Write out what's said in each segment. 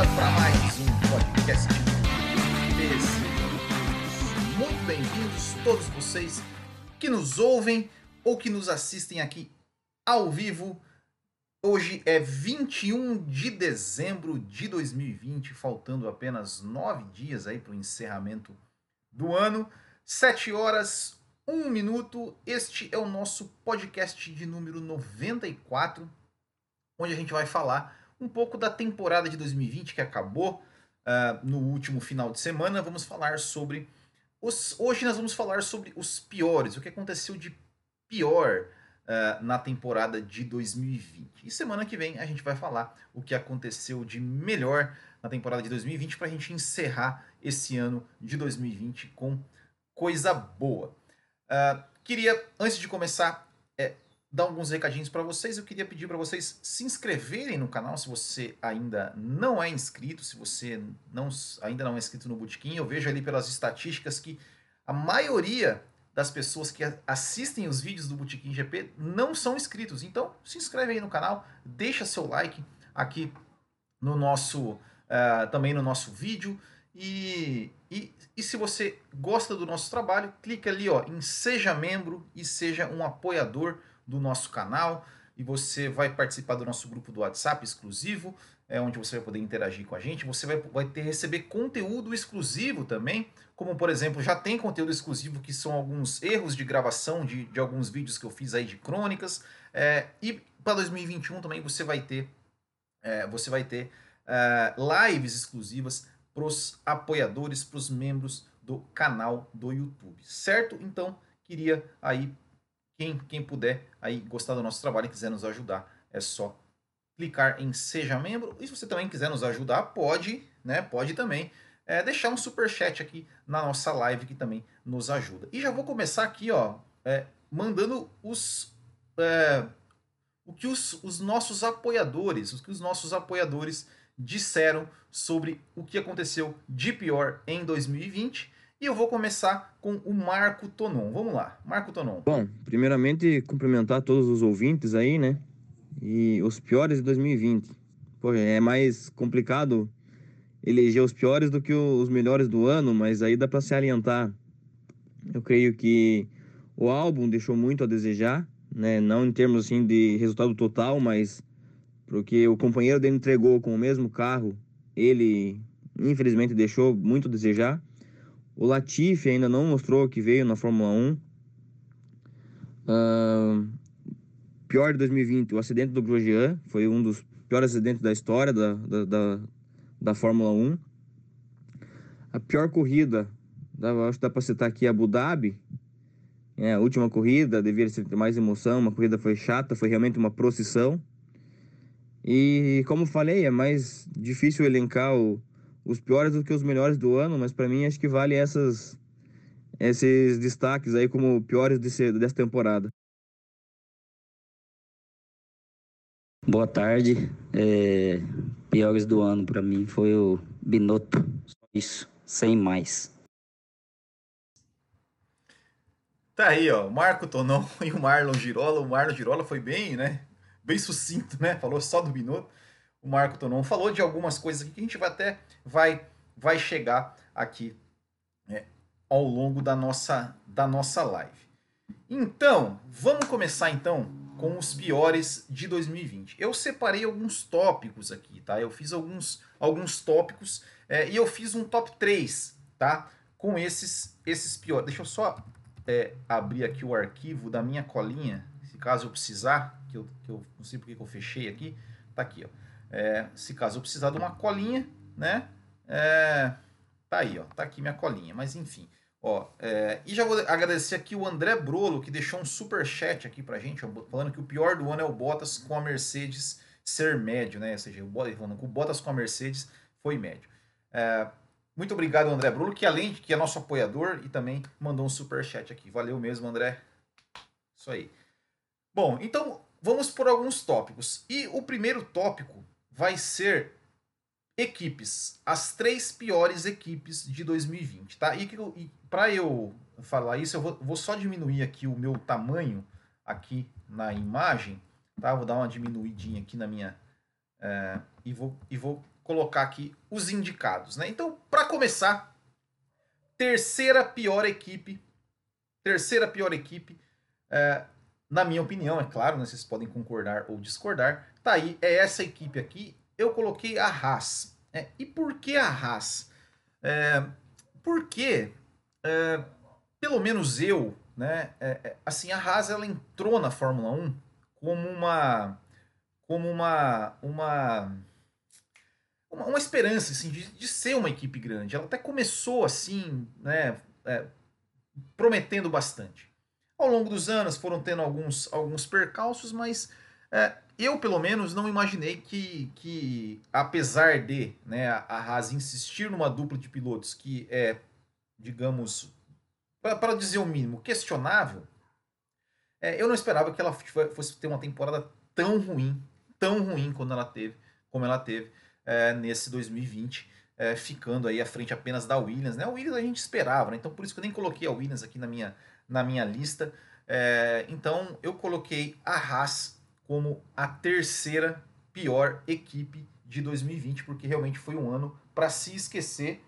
para mais um podcast desse. Muito bem-vindos todos vocês que nos ouvem ou que nos assistem aqui ao vivo. Hoje é 21 de dezembro de 2020, faltando apenas 9 dias aí para o encerramento do ano. 7 horas, 1 minuto. Este é o nosso podcast de número 94, onde a gente vai falar um pouco da temporada de 2020 que acabou no último final de semana. Vamos falar sobre hoje nós vamos falar sobre os piores, o que aconteceu de pior na temporada de 2020. E semana que vem a gente vai falar o que aconteceu de melhor na temporada de 2020 para a gente encerrar esse ano de 2020 com coisa boa. Queria, antes de começar, dar alguns recadinhos para vocês. Eu queria pedir para vocês se inscreverem no canal se você ainda não é inscrito, se você ainda não é inscrito no Botequim. Eu vejo ali pelas estatísticas que a maioria das pessoas que assistem os vídeos do Botequim GP não são inscritos. Então, se inscreve aí no canal, deixa seu like aqui no nosso, também no nosso vídeo. E se você gosta do nosso trabalho, clica ali em Seja Membro e seja um apoiador do nosso canal. E você vai participar do nosso grupo do WhatsApp exclusivo, onde você vai poder interagir com a gente. Você vai receber conteúdo exclusivo também, como por exemplo, já tem conteúdo exclusivo que são alguns erros de gravação de alguns vídeos que eu fiz aí de crônicas. E para 2021 também você vai ter lives exclusivas para os apoiadores, para os membros do canal do YouTube, certo? Então, queria aí, quem puder aí gostar do nosso trabalho e quiser nos ajudar, é só clicar em Seja Membro. E se você também quiser nos ajudar, pode também deixar um superchat aqui na nossa live, que também nos ajuda. E já vou começar aqui, mandando o que os nossos apoiadores disseram sobre o que aconteceu de pior em 2020. E eu vou começar com o Marco Tonon. Vamos lá, Marco Tonon. Bom, primeiramente cumprimentar todos os ouvintes aí, né? E os piores de 2020. Pô, é mais complicado eleger os piores do que os melhores do ano, mas aí dá para se alientar. Eu creio que o álbum deixou muito a desejar, né? Não em termos assim de resultado total, mas porque o companheiro dele entregou com o mesmo carro, ele infelizmente deixou muito a desejar. O Latifi ainda não mostrou que veio na Fórmula 1. Pior de 2020, o acidente do Grosjean, foi um dos piores acidentes da história da Fórmula 1. A pior corrida, acho que dá para citar aqui Abu Dhabi, a última corrida, deveria ter mais emoção, uma corrida foi chata, foi realmente uma procissão. E como falei, é mais difícil elencar os piores do que os melhores do ano, mas para mim acho que vale esses destaques aí como piores dessa temporada. Boa tarde. Piores do ano para mim foi o Binotto. Só isso, sem mais. Tá aí, ó, Marco Tonon e o Marlon Girola. O Marlon Girola foi bem, bem sucinto, Falou só do Binotto. O Marco Tonon falou de algumas coisas aqui que a gente vai chegar aqui ao longo da nossa live. Então, vamos começar então com os piores de 2020. Eu separei alguns tópicos aqui, tá? Eu fiz alguns tópicos e eu fiz um top 3, tá? Com esses piores. Deixa eu só abrir aqui o arquivo da minha colinha, se caso eu precisar, que eu não sei porque que eu fechei aqui. Tá aqui, ó. Se caso eu precisar de uma colinha, tá aí, ó. Tá aqui minha colinha, mas enfim. E já vou agradecer aqui o André Brolo, que deixou um super chat aqui pra gente, falando que o pior do ano é o Bottas com a Mercedes ser médio, Ou seja, falando que o Bottas com a Mercedes foi médio. Muito obrigado, André Brolo, que além de que é nosso apoiador e também mandou um super chat aqui. Valeu mesmo, André. Isso aí. Bom, então vamos por alguns tópicos. E o primeiro tópico vai ser equipes, as 3 piores equipes de 2020, tá? E para eu falar isso, eu vou só diminuir aqui o meu tamanho aqui na imagem, tá? Vou dar uma diminuidinha aqui na minha e vou colocar aqui os indicados, né? Então, para começar, terceira pior equipe, na minha opinião, é claro, né? Vocês podem concordar ou discordar. Tá aí, é essa equipe aqui. Eu coloquei a Haas. E por que a Haas? Porque, pelo menos eu, né? Assim, a Haas ela entrou na Fórmula 1 como uma esperança assim, de ser uma equipe grande. Ela até começou assim, né? Prometendo bastante. Ao longo dos anos foram tendo alguns percalços, mas eu, pelo menos, não imaginei que apesar de, né, a Haas insistir numa dupla de pilotos que é, digamos, para dizer o mínimo, questionável, eu não esperava que ela fosse ter uma temporada tão ruim como ela teve nesse 2020, ficando aí à frente apenas da Williams, né? A Williams a gente esperava, né? Então por isso que eu nem coloquei a Williams aqui na minha lista. Então eu coloquei a Haas como a terceira pior equipe de 2020, porque realmente foi um ano para se esquecer.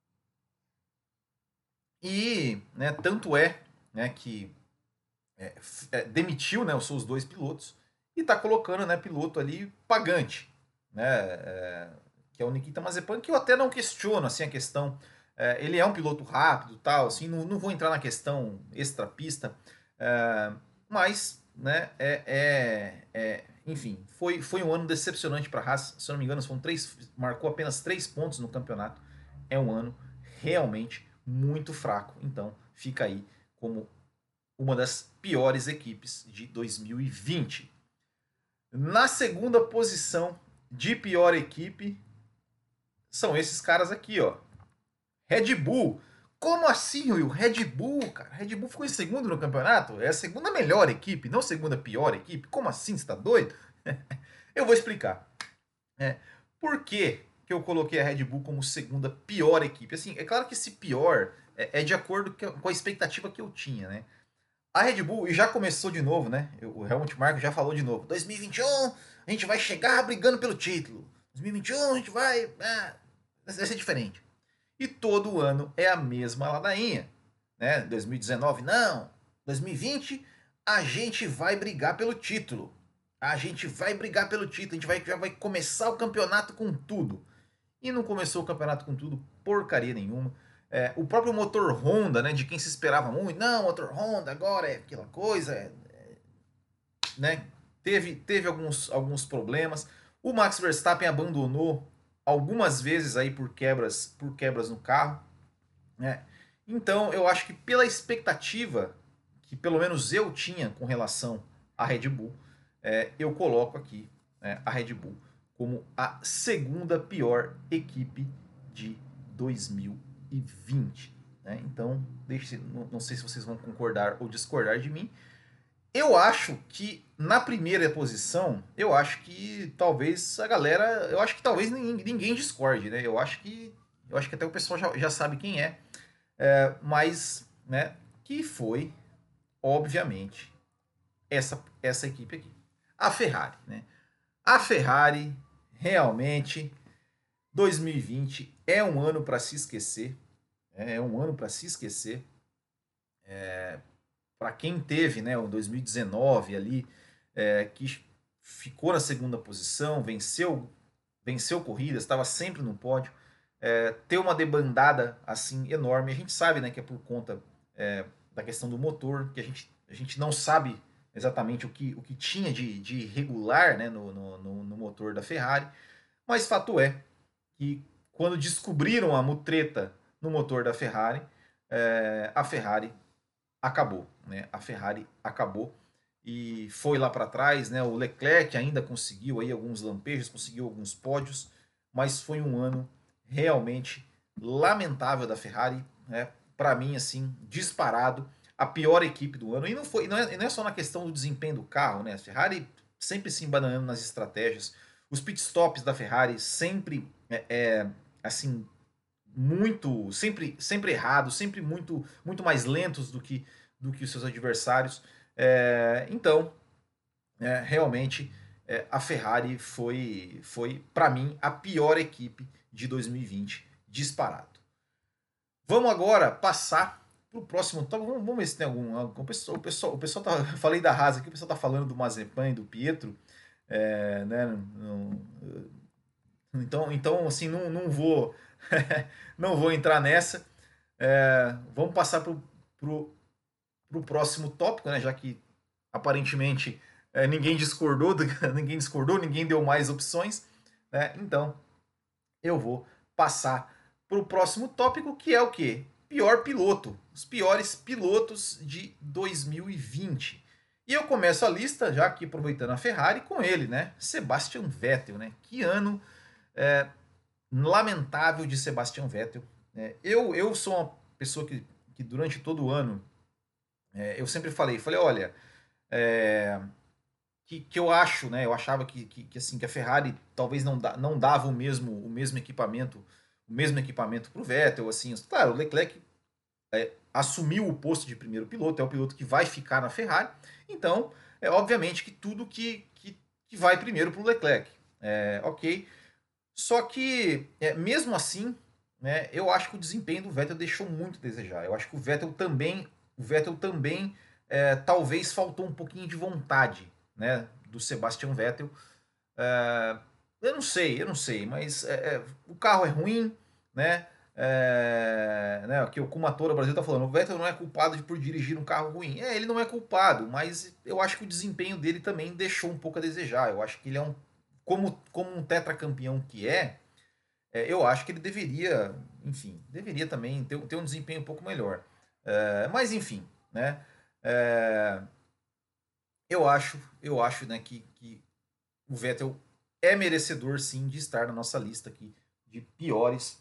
E, né, tanto né, que demitiu, né, os seus dois pilotos e está colocando, né, piloto ali pagante, né, que é o Nikita Mazepin, que eu até não questiono assim a questão. Ele é um piloto rápido, tal, assim, não vou entrar na questão extra-pista, mas, né, enfim, foi um ano decepcionante para a Haas. Se eu não me engano, marcou apenas 3 pontos no campeonato. É um ano realmente muito fraco. Então, fica aí como uma das piores equipes de 2020. Na segunda posição de pior equipe são esses caras aqui, ó. Red Bull. Como assim, Will? Red Bull, cara. Red Bull ficou em segundo no campeonato? É a segunda melhor equipe, não a segunda pior equipe? Como assim? Você tá doido? Eu vou explicar. Por que eu coloquei a Red Bull como segunda pior equipe? Assim, é claro que esse pior é de acordo com a expectativa que eu tinha, né? A Red Bull, e já começou de novo, né? O Helmut Marko já falou de novo. 2021, a gente vai chegar brigando pelo título. 2021, a gente vai ser diferente. E todo ano é a mesma ladainha. Né? 2019, não. 2020, a gente vai brigar pelo título. A gente vai brigar pelo título. A gente já vai começar o campeonato com tudo. E não começou o campeonato com tudo, porcaria nenhuma. O próprio motor Honda, né, de quem se esperava muito, não, motor Honda agora é aquela coisa, né, teve alguns problemas. O Max Verstappen abandonou algumas vezes aí por quebras no carro, né? Então eu acho que pela expectativa que pelo menos eu tinha com relação à Red Bull, eu coloco aqui, né, a Red Bull como a segunda pior equipe de 2020. Né? Então, não sei se vocês vão concordar ou discordar de mim. Eu acho que na primeira posição, eu acho que talvez a galera, eu acho que talvez ninguém discorde, né? Eu acho que até o pessoal já sabe quem mas, né, que foi, obviamente, essa equipe aqui, a Ferrari, né? A Ferrari realmente 2020 é um ano para se esquecer. É um ano para se esquecer. Para quem teve, né, o 2019 ali, que ficou na segunda posição, venceu corridas, estava sempre no pódio, ter uma debandada assim enorme. A gente sabe, né, que é por conta da questão do motor, que a gente não sabe exatamente o que tinha de irregular, né, no motor da Ferrari, mas fato é que quando descobriram a mutreta no motor da Ferrari, a Ferrari acabou, né? A Ferrari acabou e foi lá para trás, né? O Leclerc ainda conseguiu aí alguns lampejos, conseguiu alguns pódios, mas foi um ano realmente lamentável da Ferrari, né? Para mim, assim, disparado, a pior equipe do ano. E não é só na questão do desempenho do carro, né? A Ferrari sempre se embananando nas estratégias. Os pitstops da Ferrari sempre, assim, sempre errados, sempre muito mais lentos do que os seus adversários. Então, realmente, a Ferrari foi para mim, a pior equipe de 2020, disparado. Vamos agora passar para o próximo tópico. Vamos ver se tem algum. O pessoal tá. Falei da Haas aqui, o pessoal tá falando do Mazepin e do Pietro. Né, então, assim, não vou. Não vou entrar nessa. Vamos passar para o próximo tópico, né? Já que aparentemente ninguém discordou, ninguém deu mais opções. Né? Então, eu vou passar para o próximo tópico, que é o quê? Pior piloto. Os piores pilotos de 2020. E eu começo a lista, já aqui aproveitando a Ferrari, com ele, né? Sebastian Vettel, né? Que ano lamentável de Sebastian Vettel. Eu sou uma pessoa que durante todo o ano, eu sempre falei, olha, que eu acho, né? Eu achava que a Ferrari talvez não dava o mesmo equipamento para o Vettel, assim. Claro, o Leclerc assumiu o posto de primeiro piloto, é o piloto que vai ficar na Ferrari. Então, obviamente que tudo que vai primeiro para o Leclerc, ok. Só que mesmo assim, né? Eu acho que o desempenho do Vettel deixou muito a desejar. Eu acho que o Vettel também talvez faltou um pouquinho de vontade, né, do Sebastian Vettel. Eu não sei, mas o carro é ruim, né? Que o Kumatora, o Brasil tá falando, o Vettel não é culpado por dirigir um carro ruim. Ele não é culpado, mas eu acho que o desempenho dele também deixou um pouco a desejar. Eu acho que ele é como um tetracampeão que eu acho que ele deveria também ter um desempenho um pouco melhor. Mas enfim, né? Eu acho, né, que o Vettel é merecedor, sim, de estar na nossa lista aqui de piores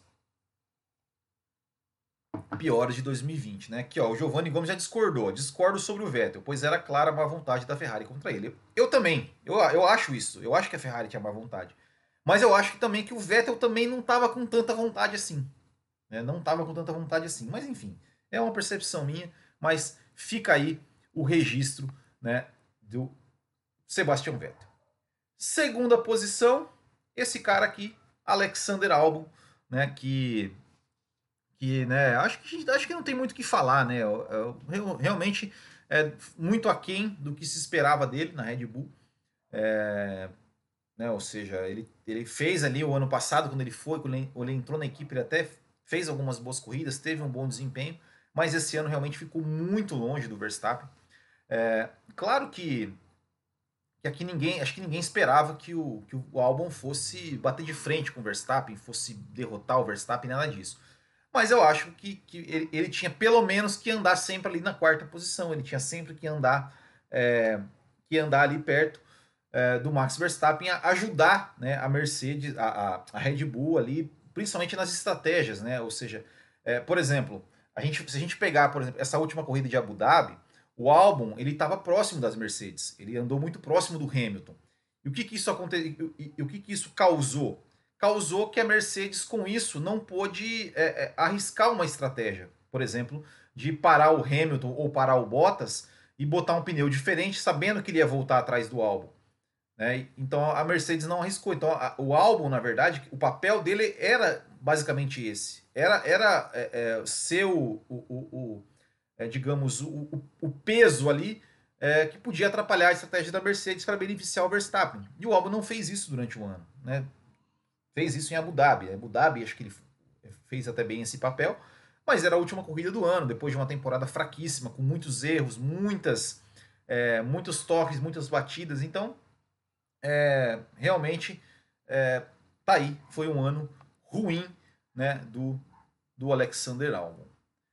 de 2020, né? Aqui, ó, o Giovanni Gomes já discordo sobre o Vettel, pois era clara a má vontade da Ferrari contra ele. Eu também, eu acho isso, eu acho que a Ferrari tinha má vontade. Mas eu acho que também que o Vettel também não estava com tanta vontade assim. Né? Não estava com tanta vontade assim. Mas enfim, é uma percepção minha, mas fica aí o registro, né, do Sebastian Vettel. Segunda posição, esse cara aqui, Alexander Albon, né, que né, acho que não tem muito o que falar, né? Realmente é muito aquém do que se esperava dele na Red Bull. Né, ou seja, ele fez ali o ano passado, quando ele entrou na equipe, ele até fez algumas boas corridas, teve um bom desempenho, mas esse ano realmente ficou muito longe do Verstappen. Claro que aqui acho que ninguém esperava que o Albon fosse bater de frente com o Verstappen, fosse derrotar o Verstappen, nada disso. Mas eu acho que ele tinha pelo menos que andar sempre ali na quarta posição, ele tinha sempre que andar ali perto do Max Verstappen, a ajudar, né, a Mercedes, a Red Bull ali, principalmente nas estratégias, né? Ou seja, por exemplo, se a gente pegar, por exemplo, essa última corrida de Abu Dhabi, o Albon, ele estava próximo das Mercedes, ele andou muito próximo do Hamilton. E o que isso aconteceu? E o que isso causou? Causou que a Mercedes, com isso, não pôde arriscar uma estratégia, por exemplo, de parar o Hamilton ou parar o Bottas e botar um pneu diferente, sabendo que ele ia voltar atrás do Albon. Né? Então a Mercedes não arriscou. Então o Albon, na verdade, o papel dele era basicamente esse. Era ser digamos, o peso ali que podia atrapalhar a estratégia da Mercedes para beneficiar o Verstappen. E o Albon não fez isso durante o ano. Né? Fez isso em Abu Dhabi. Abu Dhabi, acho que ele fez até bem esse papel, mas era a última corrida do ano, depois de uma temporada fraquíssima, com muitos erros, muitos toques, muitas batidas. Então, realmente, tá aí. Foi um ano ruim, né, do Alexander Albon.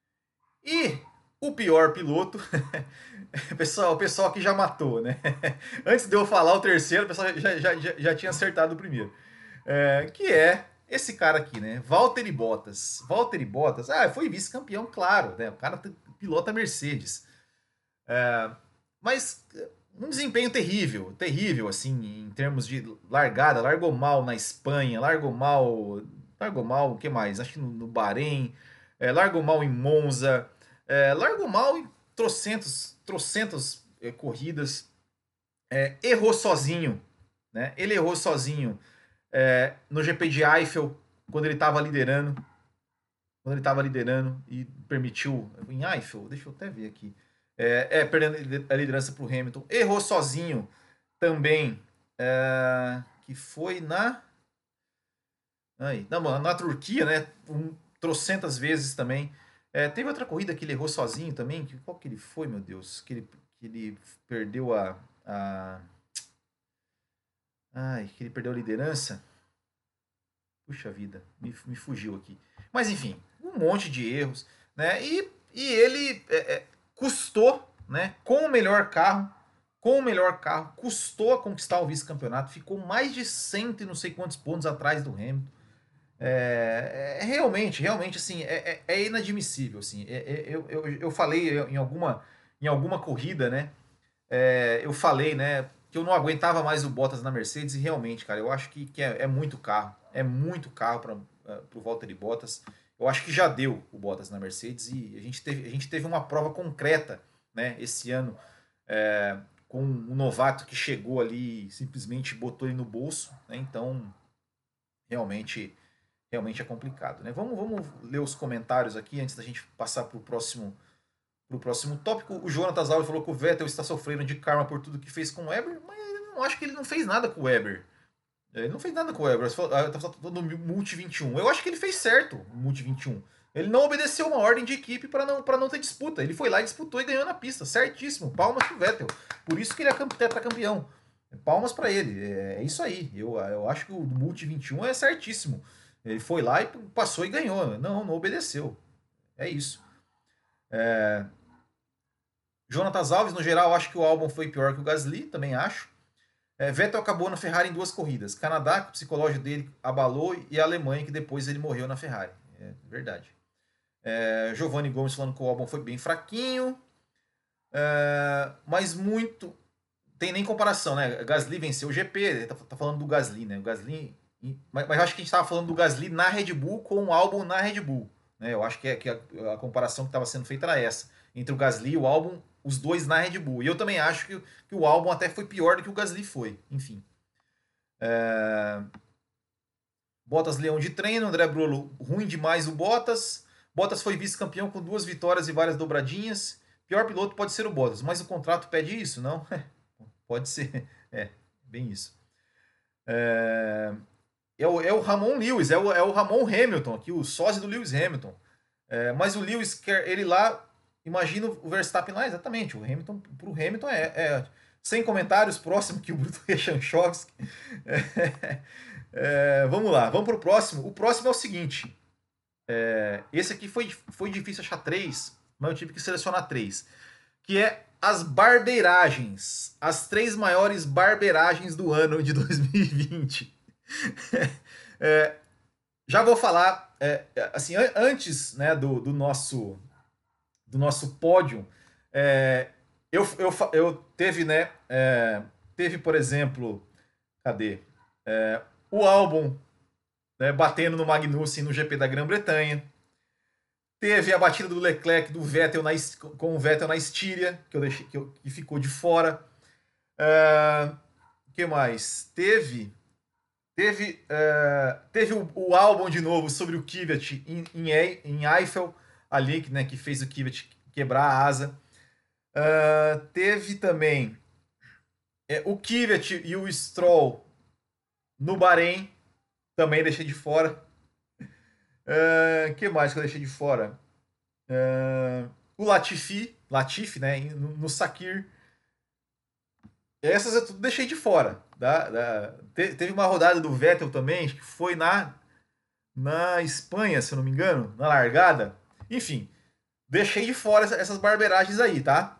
E o pior piloto, o pessoal aqui já matou, né? Antes de eu falar o terceiro, o pessoal já tinha acertado o primeiro. Que é esse cara aqui, né? Valtteri Bottas. Valtteri Bottas, foi vice-campeão, claro, né? O cara pilota Mercedes. Mas um desempenho terrível, assim, em termos de largada. Largou mal na Espanha, largou mal, o que mais? Acho que no Bahrein, largou mal em Monza, largou mal em trocentas corridas, errou sozinho né? Ele errou sozinho no GP de Eifel, quando ele estava liderando. Quando ele estava liderando e permitiu. Em Eifel, deixa eu até ver aqui. Perdendo a liderança para o Hamilton. Errou sozinho também. Que foi na Turquia, né? Trocentas vezes também. Teve outra corrida que ele errou sozinho também. Qual que ele foi, meu Deus? Que ele perdeu que ele perdeu a liderança. Puxa vida, me fugiu aqui. Mas enfim, um monte de erros, né? E ele custou, né? Com o melhor carro, custou a conquistar o vice-campeonato. Ficou mais de 100 e não sei quantos pontos atrás do Hamilton. Realmente, assim, é inadmissível, assim. Eu falei em alguma corrida, né? Eu falei, né? Que eu não aguentava mais o Bottas na Mercedes e realmente, cara, eu acho que é muito carro. É muito carro para o Valtteri Bottas. Eu acho que já deu o Bottas na Mercedes e a gente teve uma prova concreta, né? Esse ano, com um novato que chegou ali e simplesmente botou ele no bolso, né? Então, realmente é complicado, né? Vamos ler os comentários aqui antes da gente passar para o próximo tópico. O Jonatas Alves falou que o Vettel está sofrendo de karma por tudo que fez com o Weber, mas eu não acho que ele não fez nada com o Weber. Ele não fez nada com o Weber. Eu estava falando do Multi 21. Eu acho que ele fez certo o Multi 21. Ele não obedeceu uma ordem de equipe para não ter disputa. Ele foi lá e disputou e ganhou na pista. Certíssimo. Palmas pro Vettel. Por isso que ele é tetracampeão. Palmas para ele. É isso aí. Eu acho que o Multi 21 é certíssimo. Ele foi lá e passou e ganhou. Não obedeceu. É isso. Jonatas Alves, no geral, acho que o álbum foi pior que o Gasly, também acho. Vettel acabou na Ferrari em 2 corridas. Canadá, que o psicológico dele abalou, e a Alemanha, que depois ele morreu na Ferrari. É verdade. Giovanni Gomes falando que o álbum foi bem fraquinho. Mas muito. Tem nem comparação, né? Gasly venceu o GP, ele tá falando do Gasly, né? O Gasly. Mas eu acho que a gente estava falando do Gasly na Red Bull com o álbum na Red Bull. Né? Eu acho que a comparação que estava sendo feita era essa. Entre o Gasly e o álbum, os dois na Red Bull. E eu também acho que o álbum até foi pior do que o Gasly foi. Enfim. Bottas leão de treino, André Brolo ruim demais o Bottas. Bottas foi vice-campeão com 2 vitórias e várias dobradinhas. Pior piloto pode ser o Bottas, mas o contrato pede isso, não? Pode ser. Bem isso. É o Ramon Lewis, é o Ramon Hamilton, aqui, o sósia do Lewis Hamilton. Mas o Lewis quer ele lá, imagina o Verstappen lá, exatamente. O Hamilton, pro Hamilton sem comentários, próximo que o Bruto Rechanchovski. Vamos lá, vamos pro próximo. O próximo é o seguinte. Esse aqui foi difícil achar 3, mas eu tive que selecionar 3. Que é as barbeiragens. As 3 maiores barbeiragens do ano de 2020. Já vou falar, assim, antes, né, do nosso pódio, eu teve, né, teve, por exemplo, cadê? O álbum, né, batendo no Magnussen no GP da Grã-Bretanha. Teve a batida do Leclerc do Vettel com o Vettel na Estíria, que ficou de fora. O que mais? Teve o álbum de novo sobre o Kvyat em Eifel, ali, né, que fez o Kvyat quebrar a asa. Teve também o Kvyat e o Stroll no Bahrein, também deixei de fora. O que mais que eu deixei de fora? O Latifi, né, no Sakir. Essas eu tudo deixei de fora. Teve uma rodada do Vettel também, que foi na Espanha, se eu não me engano, na largada. Enfim, deixei de fora essas barbeiragens aí, tá?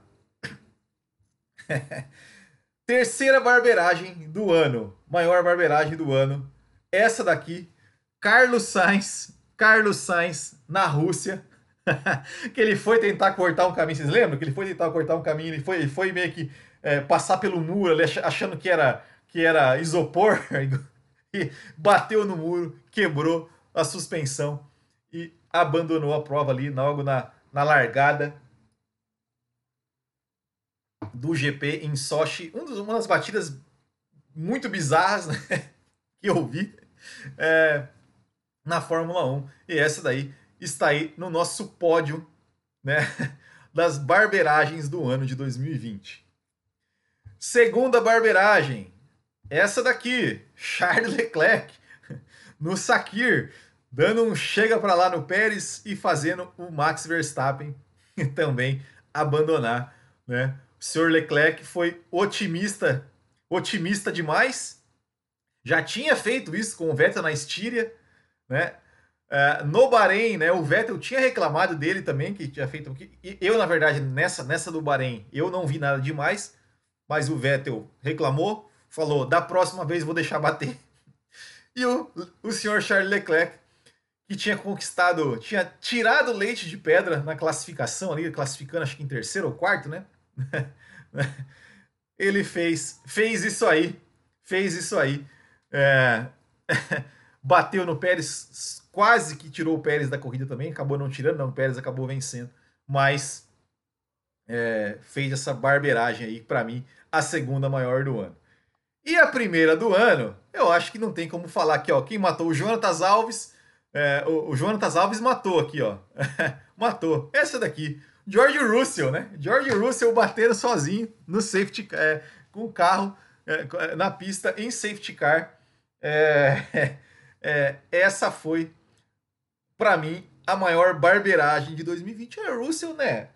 Terceira barbeiragem do ano. Maior barbeiragem do ano. Essa daqui. Carlos Sainz na Rússia. Que ele foi tentar cortar um caminho. Vocês lembram? Que ele foi tentar cortar um caminho. Ele foi meio que passar pelo muro, achando que era isopor. E bateu no muro, quebrou a suspensão e abandonou a prova ali logo na largada do GP em Sochi. Uma das batidas muito bizarras, né, que eu vi na Fórmula 1. E essa daí está aí no nosso pódio, né, das barberagens do ano de 2020. Segunda barberagem, essa daqui, Charles Leclerc no Sakir, dando um chega para lá no Pérez e fazendo o Max Verstappen também abandonar, né? O senhor Leclerc foi otimista demais, já tinha feito isso com o Vettel na Estíria, né? No Bahrein, né? O Vettel tinha reclamado dele também, que tinha feito. Eu, na verdade, nessa do Bahrein, eu não vi nada demais, mas o Vettel reclamou, falou: da próxima vez vou deixar bater. E o senhor Charles Leclerc, que tinha tirado leite de pedra na classificação ali, classificando acho que em terceiro ou quarto, né? Ele fez isso aí, bateu no Pérez, quase que tirou o Pérez da corrida também, acabou não tirando, não, o Pérez acabou vencendo, mas fez essa barberagem aí, para mim, a segunda maior do ano. E a primeira do ano, eu acho que não tem como falar aqui, ó. Quem matou? O Jonatas Alves. O Jonatas Alves matou aqui, ó. Matou. Essa daqui. George Russell, né? George Russell batendo sozinho no safety car, com o carro na pista em safety car. Essa foi, para mim, a maior barberagem de 2020. O Russell, né?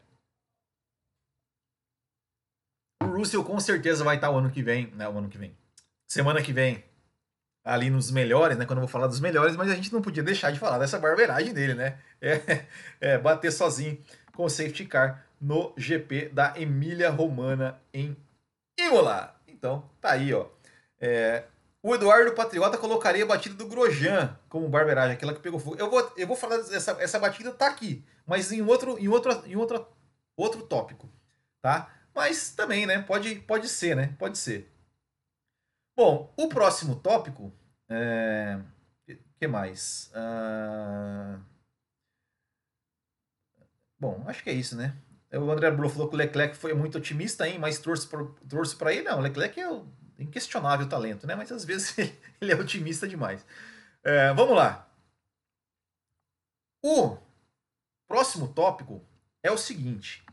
O Russell com certeza vai estar o ano que vem, né? O ano que vem. Semana que vem, ali nos melhores, né? Quando eu vou falar dos melhores, mas a gente não podia deixar de falar dessa barberagem dele, né? Bater sozinho com o safety car no GP da Emília-Romana em Imola. Então, tá aí, ó. O Eduardo Patriota colocaria a batida do Grosjean como barberagem, aquela que pegou fogo. Eu vou falar essa batida tá aqui, mas em outro tópico, tá? Mas também, né? Pode ser, né? Pode ser. Bom, o próximo tópico. Que mais? Bom, acho que é isso, né? O André Blo falou que o Leclerc foi muito otimista, hein? Mas torço para ele. Não, o Leclerc é o inquestionável talento, né? Mas às vezes ele é otimista demais. Vamos lá. O próximo tópico é o seguinte.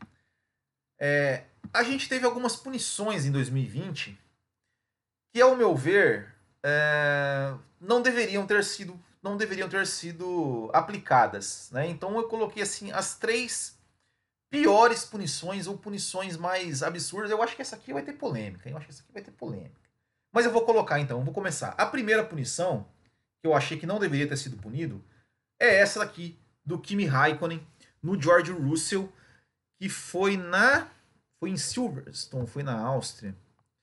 A gente teve algumas punições em 2020 que, ao meu ver, não deveriam ter sido aplicadas, né? Então eu coloquei assim as 3 piores punições ou punições mais absurdas. Eu acho que essa aqui vai ter polêmica. Mas eu vou colocar então, vou começar. A primeira punição que eu achei que não deveria ter sido punido é essa daqui do Kimi Raikkonen no George Russell, que foi em Silverstone, foi na Áustria.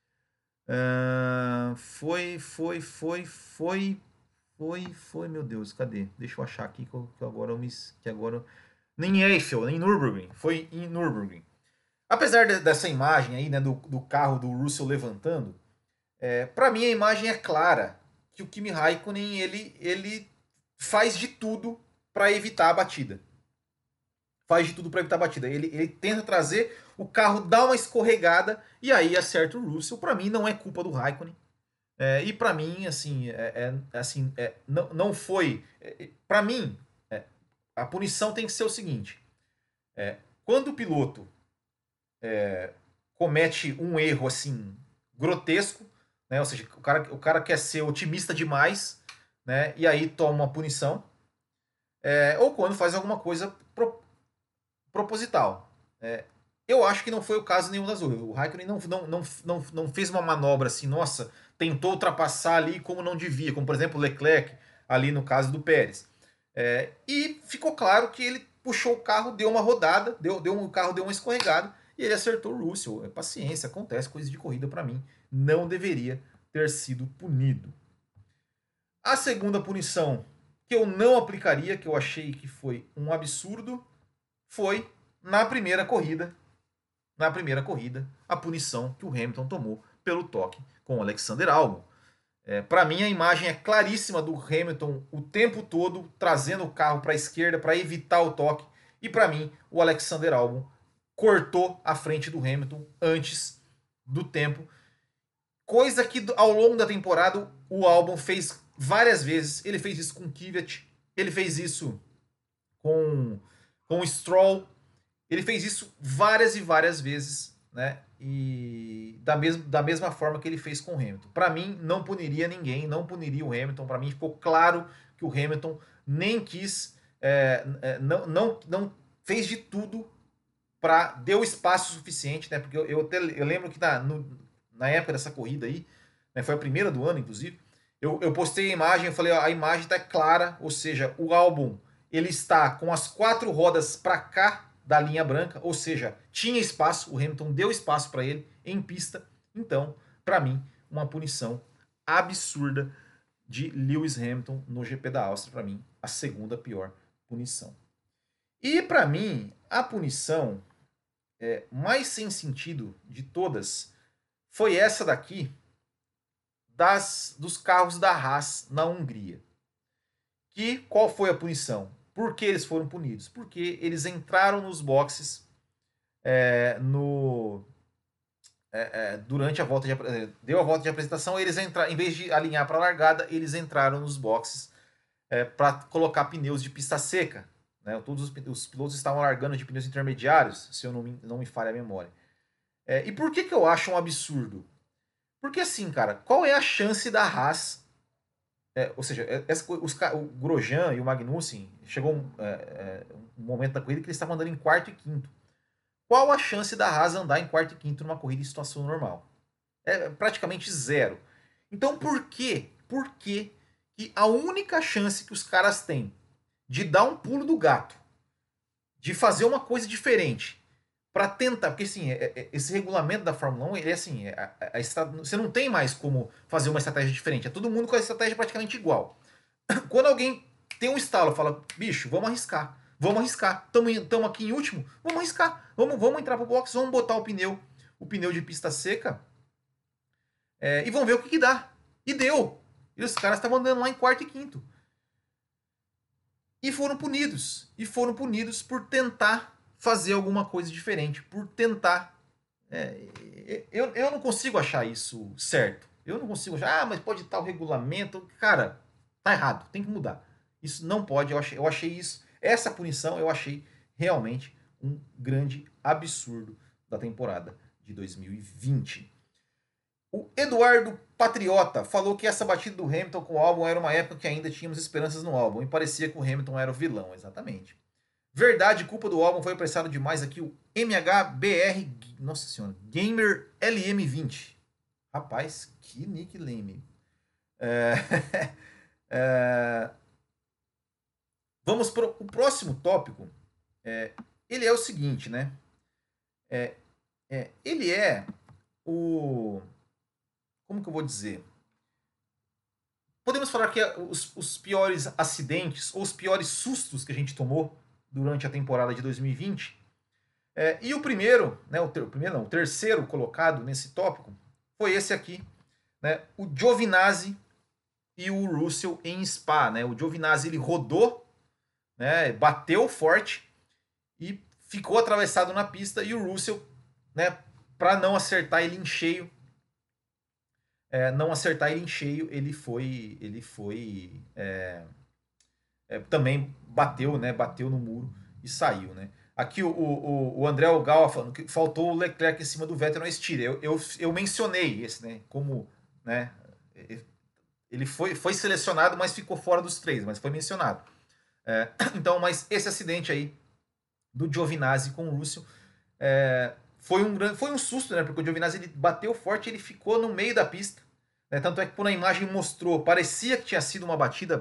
Foi, meu Deus, cadê? Deixa eu achar aqui que agora nem Eiffel, nem Nürburgring, foi em Nürburgring. Apesar dessa imagem aí, né, do carro do Russell levantando, para mim a imagem é clara que o Kimi Raikkonen ele faz de tudo para evitar a batida. Ele tenta trazer, o carro dá uma escorregada e aí acerta o Russell. Para mim não é culpa do Raikkonen. E para mim, assim, não foi. Para mim, a punição tem que ser o seguinte: quando o piloto comete um erro assim grotesco, né, ou seja, o cara quer ser otimista demais, né, e aí toma uma punição, ou quando faz alguma coisa proposital. Eu acho que não foi o caso nenhum das duas. O Raikkonen não fez uma manobra assim, nossa, tentou ultrapassar ali como não devia, como por exemplo o Leclerc, ali no caso do Pérez. E ficou claro que ele puxou o carro, deu uma rodada, o carro deu uma escorregada e ele acertou o Russell. Paciência, acontece, coisa de corrida para mim. Não deveria ter sido punido. A segunda punição que eu não aplicaria, que eu achei que foi um absurdo, foi na primeira corrida, a punição que o Hamilton tomou pelo toque com o Alexander Albon. Para mim, a imagem é claríssima do Hamilton o tempo todo trazendo o carro para a esquerda para evitar o toque. E para mim, o Alexander Albon cortou a frente do Hamilton antes do tempo. Coisa que ao longo da temporada o Albon fez várias vezes. Ele fez isso com o Kvyat, ele fez isso com o Stroll, ele fez isso várias e várias vezes, né? E da mesma forma que ele fez com o Hamilton. Para mim, não puniria ninguém, não puniria o Hamilton. Para mim, ficou claro que o Hamilton nem quis, não fez de tudo para deu espaço suficiente, né? Porque eu lembro que na época dessa corrida aí, né, foi a primeira do ano, inclusive, eu postei a imagem, eu falei, ó, a imagem está clara, ou seja, o Albon ele está com as 4 rodas para cá da linha branca, ou seja, tinha espaço, o Hamilton deu espaço para ele em pista. Então, para mim, uma punição absurda de Lewis Hamilton no GP da Áustria, para mim, a segunda pior punição. E para mim, a punição mais sem sentido de todas foi essa daqui dos carros da Haas na Hungria. Que qual foi a punição? Por que eles foram punidos? Porque eles entraram nos boxes durante a volta deu a volta de apresentação, eles entraram, em vez de alinhar para a largada, eles entraram nos boxes para colocar pneus de pista seca. Né? Todos os pilotos estavam largando de pneus intermediários, se eu não me falha a memória. E por que eu acho um absurdo? Porque assim, cara, qual é a chance da Haas? Ou seja, o Grosjean e o Magnussen, chegou um momento da corrida que eles estavam andando em quarto e quinto. Qual a chance da Haas andar em quarto e quinto numa corrida em situação normal? É praticamente zero. Então por quê? Por que a única chance que os caras têm de dar um pulo do gato, de fazer uma coisa diferente, para tentar, porque assim, esse regulamento da Fórmula 1, ele é assim, você não tem mais como fazer uma estratégia diferente, é todo mundo com a estratégia praticamente igual. Quando alguém tem um estalo, fala, bicho, vamos arriscar, estamos aqui em último, vamos arriscar, vamos entrar pro box, vamos botar o pneu de pista seca, e vamos ver o que dá. E deu. E os caras estavam andando lá em quarto e quinto. E foram punidos por tentar fazer alguma coisa diferente, por tentar. Eu não consigo achar isso certo. Eu não consigo achar, mas pode estar o regulamento. Cara, tá errado, tem que mudar. Isso não pode, eu achei isso, essa punição eu achei realmente um grande absurdo da temporada de 2020. O Eduardo Patriota falou que essa batida do Hamilton com o Albon era uma época que ainda tínhamos esperanças no Albon e parecia que o Hamilton era o vilão, exatamente. Verdade, culpa do Albon, foi apressado demais aqui o MHBR, nossa senhora, Gamer LM20. Rapaz, que nickname. Vamos para o próximo tópico. Ele é o seguinte, né? Ele é o... Como que eu vou dizer? Podemos falar que os piores acidentes ou os piores sustos que a gente tomou durante a temporada de 2020. E o primeiro, né, o terceiro colocado nesse tópico foi esse aqui, né, o Giovinazzi e o Russell em Spa. Né? O Giovinazzi ele rodou, né, bateu forte e ficou atravessado na pista, e o Russell, né, para não acertar ele em cheio, ele foi também bateu, né, bateu no muro e saiu, né. Aqui o André Ogawa falando que faltou o Leclerc em cima do Vettel na Estíria. Eu mencionei esse, né, como, né, ele foi selecionado, mas ficou fora dos 3, mas foi mencionado. Então, mas esse acidente aí do Giovinazzi com o Russell foi um susto, né? Porque o Giovinazzi ele bateu forte, ele ficou no meio da pista. Né? Tanto é que quando a imagem mostrou, parecia que tinha sido uma batida.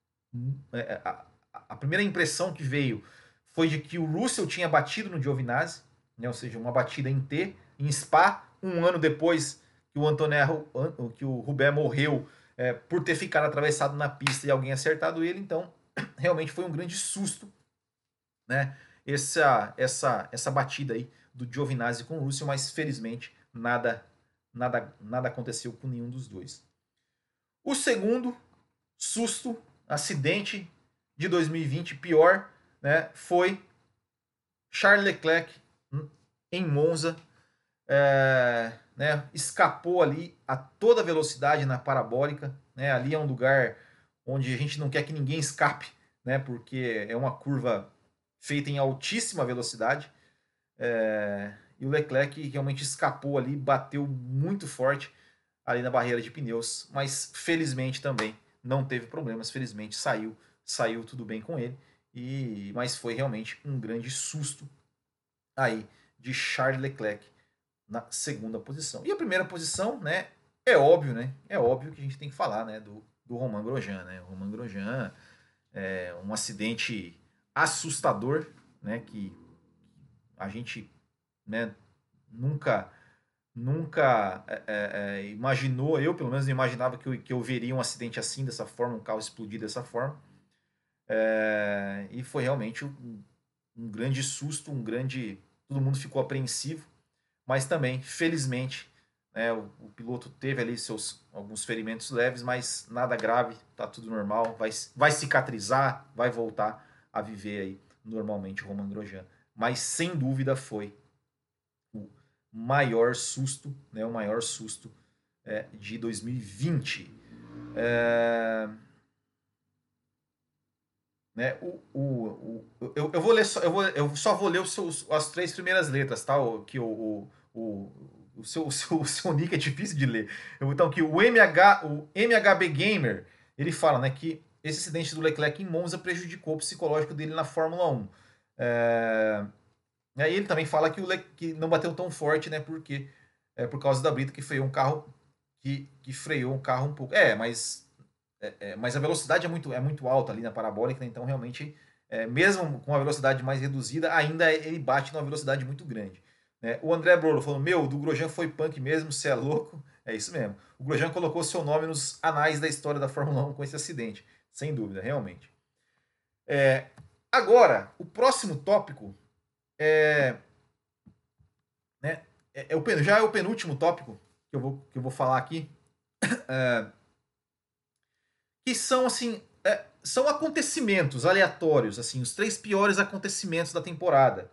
A primeira impressão que veio foi de que o Russell tinha batido no Giovinazzi, né? Ou seja, uma batida em T, em Spa, um ano depois que o Rubet morreu por ter ficado atravessado na pista e alguém acertado ele. Então, realmente foi um grande susto, né? Essa batida aí do Giovinazzi com o Russell, mas felizmente nada aconteceu com nenhum dos dois. O segundo susto, acidente de 2020, pior, né, foi Charles Leclerc em Monza. né, escapou ali a toda velocidade na parabólica, né, ali é um lugar onde a gente não quer que ninguém escape, né, porque é uma curva feita em altíssima velocidade, e o Leclerc realmente escapou ali, bateu muito forte ali na barreira de pneus, mas felizmente também não teve problemas, felizmente saiu tudo bem com ele, mas foi realmente um grande susto aí de Charles Leclerc na segunda posição. E a primeira posição, né, é óbvio, né? É óbvio que a gente tem que falar, né, do Romain Grosjean, né? O Romain Grosjean é um acidente assustador, né, que a gente, né, nunca imaginou, eu pelo menos não imaginava que eu veria um acidente assim, dessa forma, um carro explodir dessa forma. E foi realmente um grande susto, todo mundo ficou apreensivo, mas também, felizmente, né, o piloto teve ali alguns ferimentos leves, mas nada grave, tá tudo normal, vai cicatrizar, vai voltar a viver aí normalmente o Romain Grosjean. Mas sem dúvida foi o maior susto, né, o maior susto de 2020. Né, eu vou ler eu só vou ler as 3 primeiras letras, tá? Que o seu nick é difícil de ler. Então, que o MHB Gamer, ele fala, né, que esse acidente do Leclerc em Monza prejudicou o psicológico dele na Fórmula 1. E aí ele também fala que não bateu tão forte, né, porque por causa da brita que freou um carro que freou um carro um pouco. Mas a velocidade é muito alta ali na parabólica, né? Então realmente, mesmo com a velocidade mais reduzida, ainda ele bate numa velocidade muito grande. Né? O André Brolo falou: Meu, do Grosjean foi punk mesmo, você é louco? É isso mesmo. O Grosjean colocou seu nome nos anais da história da Fórmula 1 com esse acidente. Sem dúvida, realmente. Agora, o próximo tópico né, já é o penúltimo tópico que eu vou falar aqui. Que são assim, são acontecimentos aleatórios, assim, os 3 piores acontecimentos da temporada.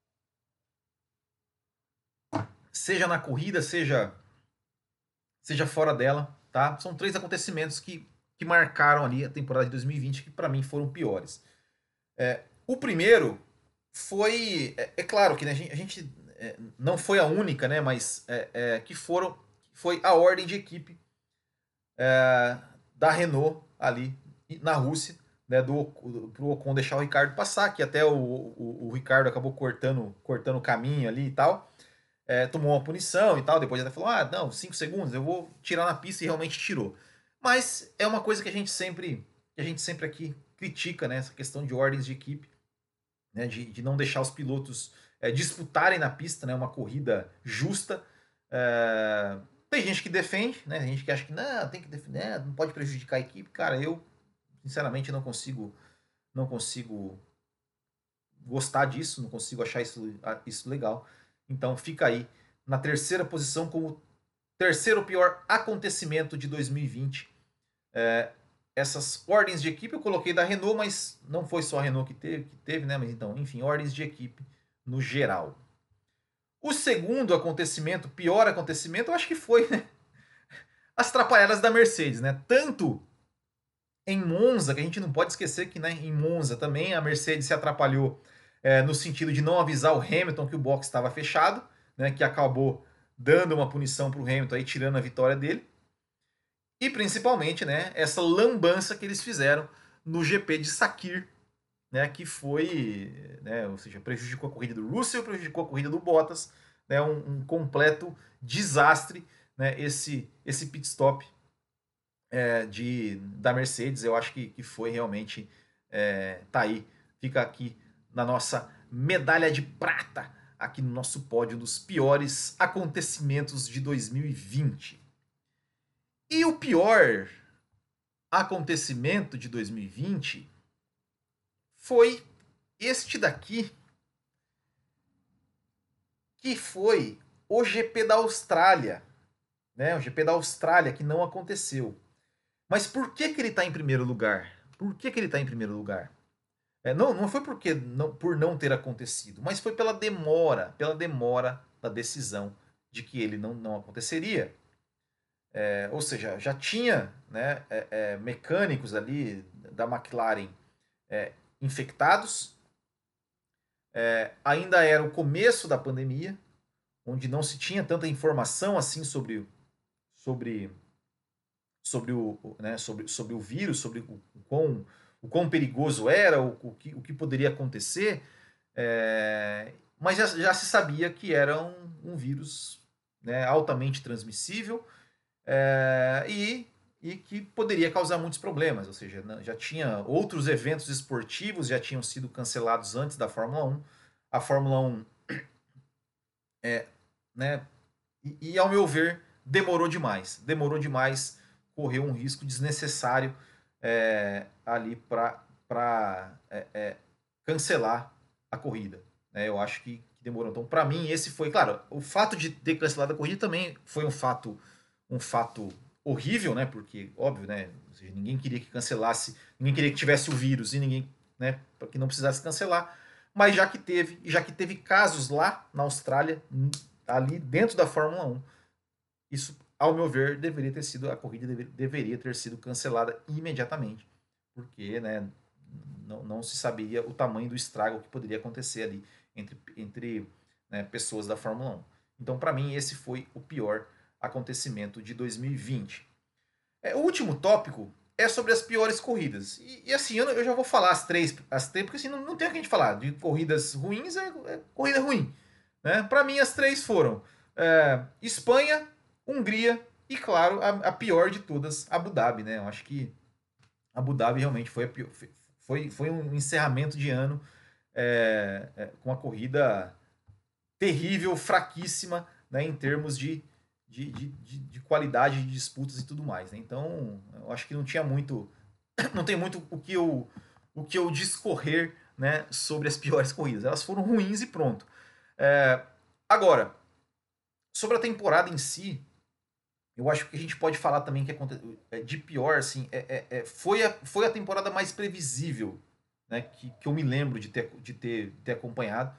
Seja na corrida, seja fora dela, tá? São 3 acontecimentos que marcaram ali a temporada de 2020 que para mim foram piores. O primeiro foi, claro que né, a gente não foi a única, né? Mas foi a ordem de equipe da Renault ali na Rússia, né, pro Ocon deixar o Ricardo passar, que até o Ricardo acabou cortando o caminho ali e tal. Tomou uma punição e tal, depois até falou, não, 5 segundos, eu vou tirar na pista, e realmente tirou. Mas é uma coisa que a gente sempre aqui critica, né, essa questão de ordens de equipe, né, de não deixar os pilotos disputarem na pista, né, uma corrida justa. Tem gente que defende, né? Tem gente que acha que não, tem que defender, não pode prejudicar a equipe. Cara, eu sinceramente não consigo gostar disso, não consigo achar isso legal. Então fica aí na terceira posição como terceiro pior acontecimento de 2020. Essas ordens de equipe eu coloquei da Renault, mas não foi só a Renault que teve, né? Mas então, enfim, ordens de equipe no geral. O segundo acontecimento, pior acontecimento, eu acho que foi, né, as trapalhadas da Mercedes, né? Tanto em Monza, que a gente não pode esquecer que, né, em Monza também a Mercedes se atrapalhou no sentido de não avisar o Hamilton que o box estava fechado, né, que acabou dando uma punição para o Hamilton aí, tirando a vitória dele. E principalmente, né, essa lambança que eles fizeram no GP de Sakir, né, que foi, né, ou seja, prejudicou a corrida do Russell, prejudicou a corrida do Bottas, né, um completo desastre, né, esse pit stop da Mercedes. Eu acho que foi realmente, tá aí, fica aqui na nossa medalha de prata, aqui no nosso pódio dos piores acontecimentos de 2020. E o pior acontecimento de 2020 foi este daqui, que foi o GP da Austrália, né? O GP da Austrália que não aconteceu. Mas por que ele está em primeiro lugar? Por que ele está em primeiro lugar? Não foi por não ter acontecido, mas foi pela demora da decisão de que ele não aconteceria. Ou seja, já tinha, né, mecânicos ali da McLaren infectados. Ainda era o começo da pandemia, onde não se tinha tanta informação assim sobre o vírus, sobre o quão perigoso era, o que poderia acontecer, mas já se sabia que era um vírus, né, altamente transmissível, e que poderia causar muitos problemas. Ou seja, já tinha outros eventos esportivos já tinham sido cancelados antes da Fórmula 1. A Fórmula 1, né, e ao meu ver, demorou demais, correu um risco desnecessário ali para cancelar a corrida. Eu acho que demorou. Então, para mim, esse foi, claro, o fato de ter cancelado a corrida também foi um fato horrível, né? Porque, óbvio, né? Ou seja, ninguém queria que cancelasse, ninguém queria que tivesse o vírus e ninguém, né? Para que não precisasse cancelar. Mas já que teve casos lá na Austrália, ali dentro da Fórmula 1, isso, ao meu ver, a corrida deveria ter sido cancelada imediatamente, porque, né, não se sabia o tamanho do estrago que poderia acontecer ali entre né, pessoas da Fórmula 1. Então, para mim, esse foi o pior acontecimento de 2020. O último tópico é sobre as piores corridas. E assim, eu já vou falar as três, porque assim, não tem o que a gente falar. De corridas ruins é corrida ruim. Né? Para mim, as três foram Espanha, Hungria e, claro, a pior de todas, Abu Dhabi. Né? Eu acho que Abu Dhabi realmente foi, foi um encerramento de ano com uma corrida terrível, fraquíssima, né, em termos de qualidade de disputas e tudo mais. Né? Então, eu acho que não tinha muito, não tem muito o que eu discorrer, né, sobre as piores corridas. Elas foram ruins e pronto. Agora, sobre a temporada em si, eu acho que a gente pode falar também que de pior, assim, foi a temporada mais previsível, né, que eu me lembro de ter acompanhado.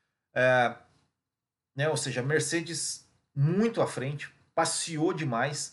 Né, ou seja, a Mercedes muito à frente, passeou demais.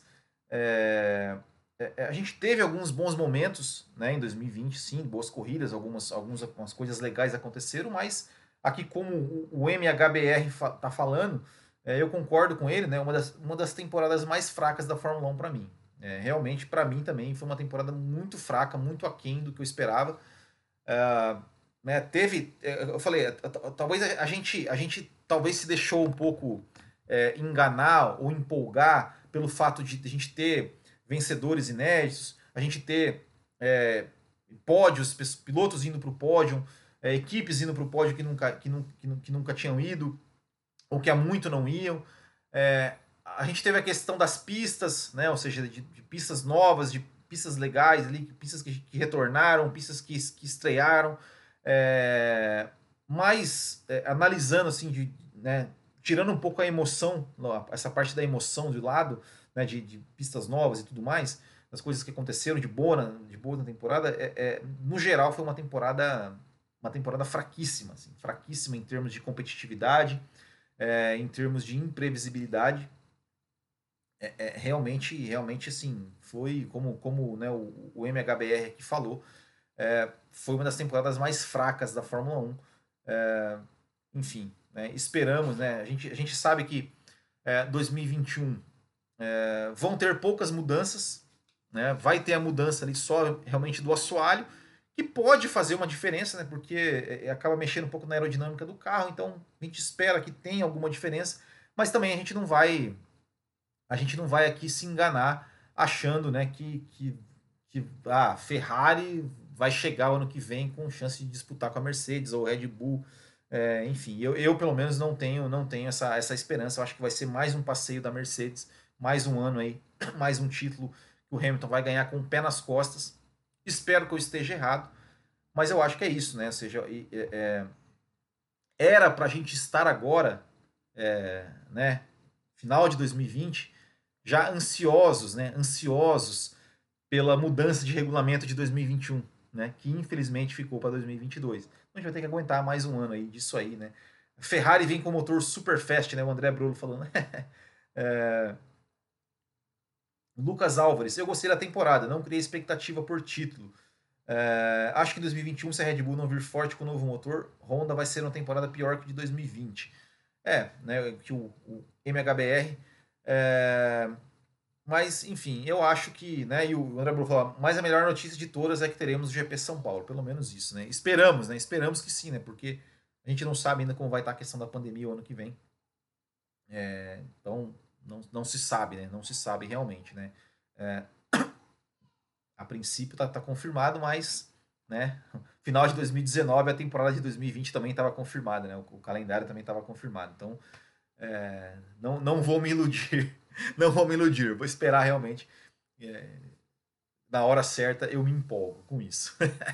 A gente teve alguns bons momentos, né, em 2020, sim, boas corridas, algumas coisas legais aconteceram, mas aqui como o MHBR está falando, eu concordo com ele, né, uma das temporadas mais fracas da Fórmula 1 para mim. Realmente, para mim também, foi uma temporada muito fraca, muito aquém do que eu esperava. Né, eu falei, talvez a gente talvez se deixou um pouco enganar ou empolgar pelo fato de a gente ter vencedores inéditos, a gente ter pódios, pilotos indo para o pódio, equipes indo para o pódio que nunca tinham ido, ou que há muito não iam. A gente teve a questão das pistas, né, ou seja, de pistas novas, de pistas legais, ali, pistas que retornaram, pistas que estrearam. Mas analisando assim, né, tirando um pouco a emoção, essa parte da emoção de lado, né, de pistas novas e tudo mais, das coisas que aconteceram de boa na temporada, no geral foi uma temporada fraquíssima, assim, fraquíssima em termos de competitividade, em termos de imprevisibilidade. Realmente assim, foi como né, o MHBR aqui falou, foi uma das temporadas mais fracas da Fórmula 1. Enfim, né, esperamos, né, a gente sabe que 2021 vão ter poucas mudanças, né, vai ter a mudança ali só realmente do assoalho, que pode fazer uma diferença, né, porque acaba mexendo um pouco na aerodinâmica do carro, então a gente espera que tenha alguma diferença, mas também a gente não vai aqui se enganar achando, né, que a Ferrari vai chegar o ano que vem com chance de disputar com a Mercedes ou Red Bull. Enfim, eu pelo menos não tenho essa esperança. Eu acho que vai ser mais um passeio da Mercedes, mais um ano aí, mais um título que o Hamilton vai ganhar com o pé nas costas. Espero que eu esteja errado, mas eu acho que é isso, né? Ou seja, era para a gente estar agora, né, final de 2020, já ansiosos, né? Ansiosos pela mudança de regulamento de 2021, né? Que infelizmente ficou para 2022. Então a gente vai ter que aguentar mais um ano aí disso aí, né? Ferrari vem com motor super fast, né? O André Brolo falando. Lucas Álvares, eu gostei da temporada, não criei expectativa por título. Acho que em 2021, se a Red Bull não vir forte com o novo motor, Honda vai ser uma temporada pior que a de 2020. Né, que o MHBR. Mas, enfim, eu acho que, né, e o André Brolo falou, mas a melhor notícia de todas é que teremos o GP São Paulo, pelo menos isso, né? Esperamos, né? Esperamos que sim, né? Porque a gente não sabe ainda como vai estar a questão da pandemia o ano que vem. Então, não se sabe, né? Não se sabe realmente, né? A princípio tá confirmado, mas, né? Final de 2019, a temporada de 2020 também estava confirmada, né? O calendário também estava confirmado. Então, não vou me iludir. Não vou me iludir. Vou esperar realmente. Na hora certa eu me empolgo com isso.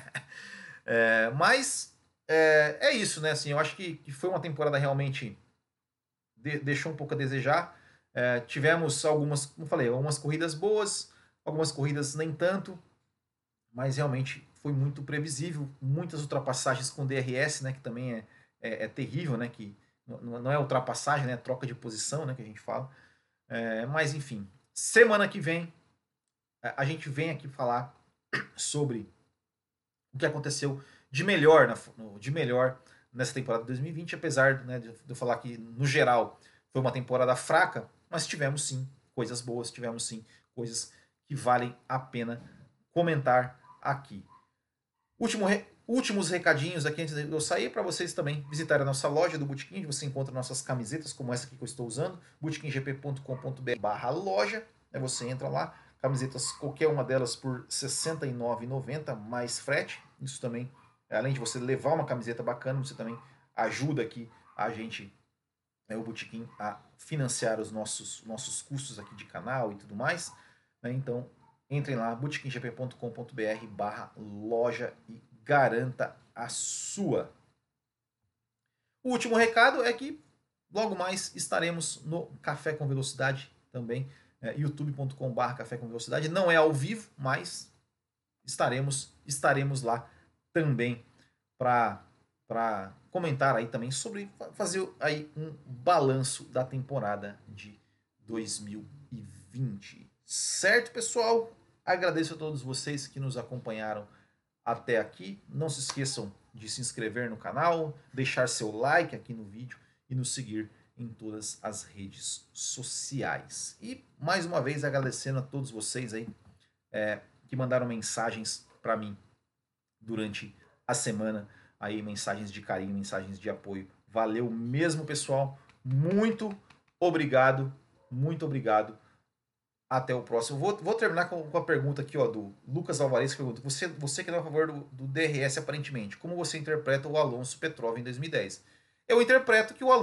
Mas é isso, né? Assim, eu acho que foi uma temporada realmente deixou um pouco a desejar. Tivemos algumas, como falei, algumas corridas boas, algumas corridas nem tanto, mas realmente foi muito previsível. Muitas ultrapassagens com DRS, né? Que também é terrível, né? Que não é ultrapassagem, né? É troca de posição, né? Que a gente fala. Mas enfim, semana que vem a gente vem aqui falar sobre o que aconteceu de melhor, nessa temporada de 2020, apesar, né, de eu falar que, no geral, foi uma temporada fraca, mas tivemos sim coisas boas, tivemos sim coisas que valem a pena comentar aqui. Últimos recadinhos aqui antes de eu sair, para vocês também visitarem a nossa loja do Botequim, onde você encontra nossas camisetas, como essa aqui que eu estou usando, botequimgp.com.br/loja. Você entra lá, camisetas, qualquer uma delas por R$ 69,90 mais frete. Isso também, além de você levar uma camiseta bacana, você também ajuda aqui a gente, o Botequim, a financiar os nossos custos aqui de canal e tudo mais. Então, entrem lá, botequimgp.com.br/loja e garanta a sua. O último recado é que logo mais estaremos no Café com Velocidade também, youtube.com/, Café com Velocidade. Não é ao vivo, mas estaremos lá também para comentar aí também sobre fazer aí um balanço da temporada de 2020. Certo, pessoal? Agradeço a todos vocês que nos acompanharam até aqui. Não se esqueçam de se inscrever no canal, deixar seu like aqui no vídeo e nos seguir em todas as redes sociais. E mais uma vez agradecendo a todos vocês aí que mandaram mensagens para mim durante a semana, aí mensagens de carinho, mensagens de apoio. Valeu mesmo, pessoal. Muito obrigado, muito obrigado. Até o próximo. Vou terminar com a pergunta aqui, ó, do Lucas Alvarez, que pergunta: você que é a favor do DRS aparentemente, como você interpreta o Alonso Petrov em 2010? Eu interpreto que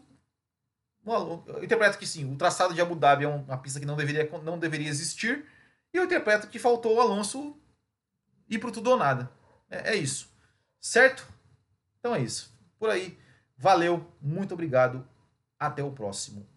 eu interpreto que sim, o traçado de Abu Dhabi é uma pista que não deveria existir, e eu interpreto que faltou o Alonso ir pro tudo ou nada. É isso. Certo? Então é isso. Por aí. Valeu, muito obrigado. Até o próximo